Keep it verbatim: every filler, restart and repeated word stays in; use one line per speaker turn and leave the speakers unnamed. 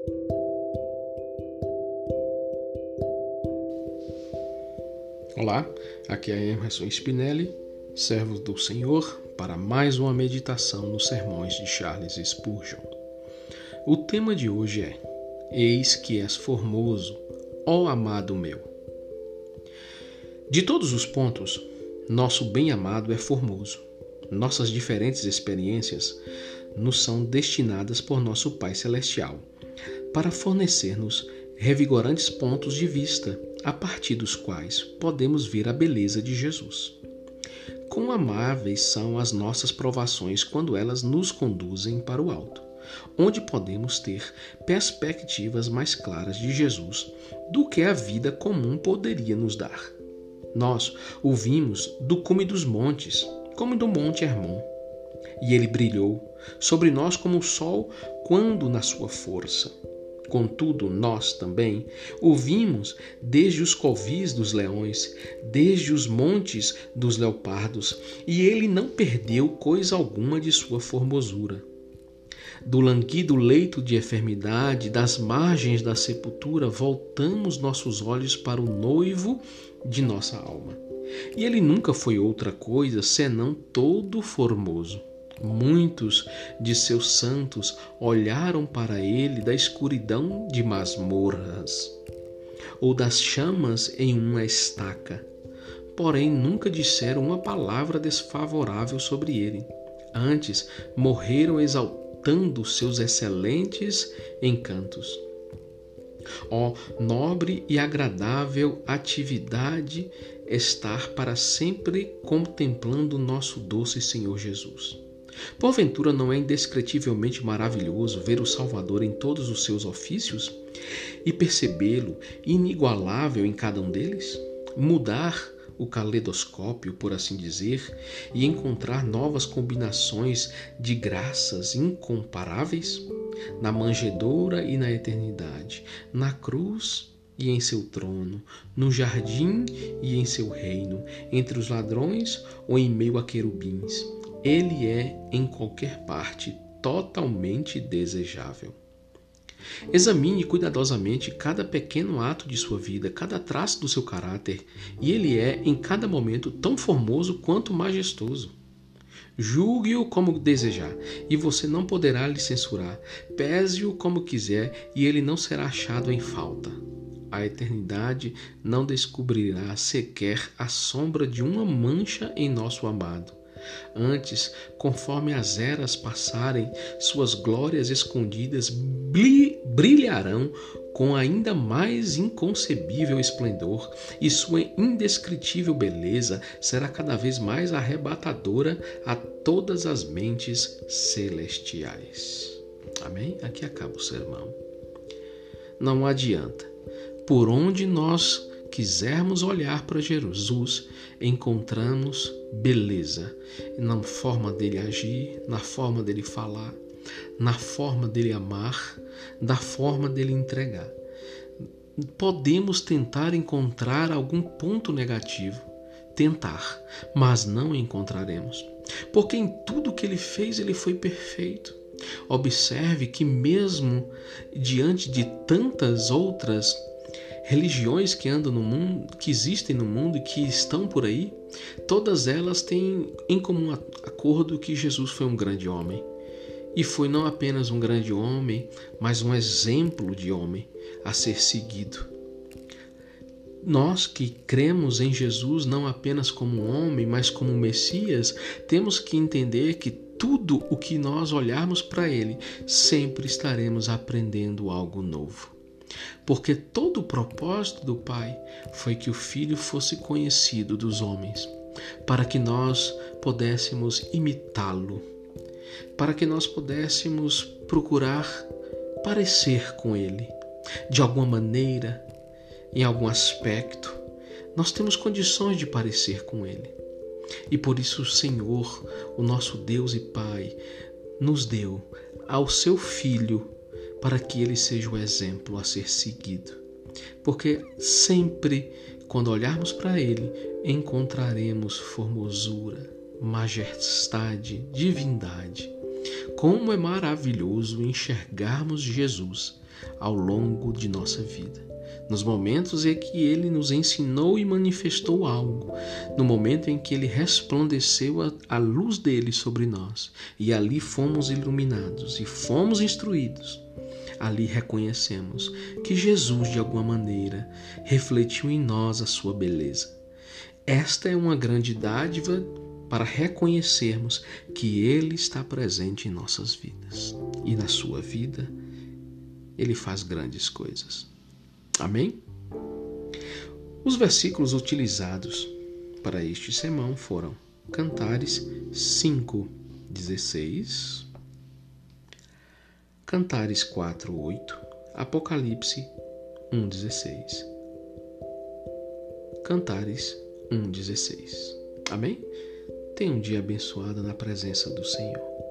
Olá, aqui é Emerson Spinelli, servo do Senhor, para mais uma meditação nos sermões de Charles Spurgeon. O tema de hoje é: Eis que és formoso, ó amado meu. De todos os pontos, nosso bem-amado é formoso. Nossas diferentes experiências nos são destinadas por nosso Pai Celestial para fornecer-nos revigorantes pontos de vista, a partir dos quais podemos ver a beleza de Jesus. Quão amáveis são as nossas provações quando elas nos conduzem para o alto, onde podemos ter perspectivas mais claras de Jesus do que a vida comum poderia nos dar. Nós o vimos do cume dos montes, como do Monte Hermon, e ele brilhou sobre nós como o sol quando na sua força. Contudo, nós também o vimos desde os covis dos leões, desde os montes dos leopardos, e ele não perdeu coisa alguma de sua formosura. Do languido leito de enfermidade, das margens da sepultura, voltamos nossos olhos para o noivo de nossa alma. E ele nunca foi outra coisa senão todo formoso. Muitos de seus santos olharam para ele da escuridão de masmorras ou das chamas em uma estaca, porém nunca disseram uma palavra desfavorável sobre ele. Antes, morreram exaltando seus excelentes encantos. Ó nobre e agradável atividade estar para sempre contemplando nosso doce Senhor Jesus. Porventura não é indescritivelmente maravilhoso ver o Salvador em todos os seus ofícios e percebê-lo inigualável em cada um deles? Mudar o caleidoscópio, por assim dizer, e encontrar novas combinações de graças incomparáveis? Na manjedoura e na eternidade, na cruz e em seu trono, no jardim e em seu reino, entre os ladrões ou em meio a querubins. Ele é, em qualquer parte, totalmente desejável. Examine cuidadosamente cada pequeno ato de sua vida, cada traço do seu caráter, e ele é, em cada momento, tão formoso quanto majestoso. Julgue-o como desejar, e você não poderá lhe censurar. Pese-o como quiser, e ele não será achado em falta. A eternidade não descobrirá sequer a sombra de uma mancha em nosso amado. Antes, conforme as eras passarem, suas glórias escondidas brilharão com ainda mais inconcebível esplendor, e sua indescritível beleza será cada vez mais arrebatadora a todas as mentes celestiais. Amém? Aqui acaba o sermão. Não adianta. Por onde nós quisermos olhar para Jesus, encontramos beleza na forma dele agir, na forma dele falar, na forma dele amar, na forma dele entregar. Podemos tentar encontrar algum ponto negativo, tentar, mas não encontraremos, porque em tudo que ele fez ele foi perfeito. Observe que mesmo diante de tantas outras religiões que andam no mundo, que existem no mundo e que estão por aí, todas elas têm em comum acordo que Jesus foi um grande homem. E foi não apenas um grande homem, mas um exemplo de homem a ser seguido. Nós que cremos em Jesus não apenas como homem, mas como Messias, temos que entender que tudo o que nós olharmos para ele, sempre estaremos aprendendo algo novo. Porque todo o propósito do Pai foi que o Filho fosse conhecido dos homens, para que nós pudéssemos imitá-lo, para que nós pudéssemos procurar parecer com ele. De alguma maneira, em algum aspecto, nós temos condições de parecer com ele. E por isso o Senhor, o nosso Deus e Pai, nos deu ao seu Filho para que ele seja o exemplo a ser seguido. Porque sempre, quando olharmos para ele, encontraremos formosura, majestade, divindade. Como é maravilhoso enxergarmos Jesus ao longo de nossa vida. Nos momentos em que Ele nos ensinou e manifestou algo, no momento em que Ele resplandeceu a, a luz dele sobre nós, e ali fomos iluminados e fomos instruídos, ali reconhecemos que Jesus, de alguma maneira, refletiu em nós a sua beleza. Esta é uma grande dádiva para reconhecermos que Ele está presente em nossas vidas. E na sua vida, Ele faz grandes coisas. Amém? Os versículos utilizados para este sermão foram Cantares cinco, dezesseis, Cantares quatro, oito, Apocalipse um, dezesseis. Cantares um, dezesseis. Amém? Tenha um dia abençoado na presença do Senhor.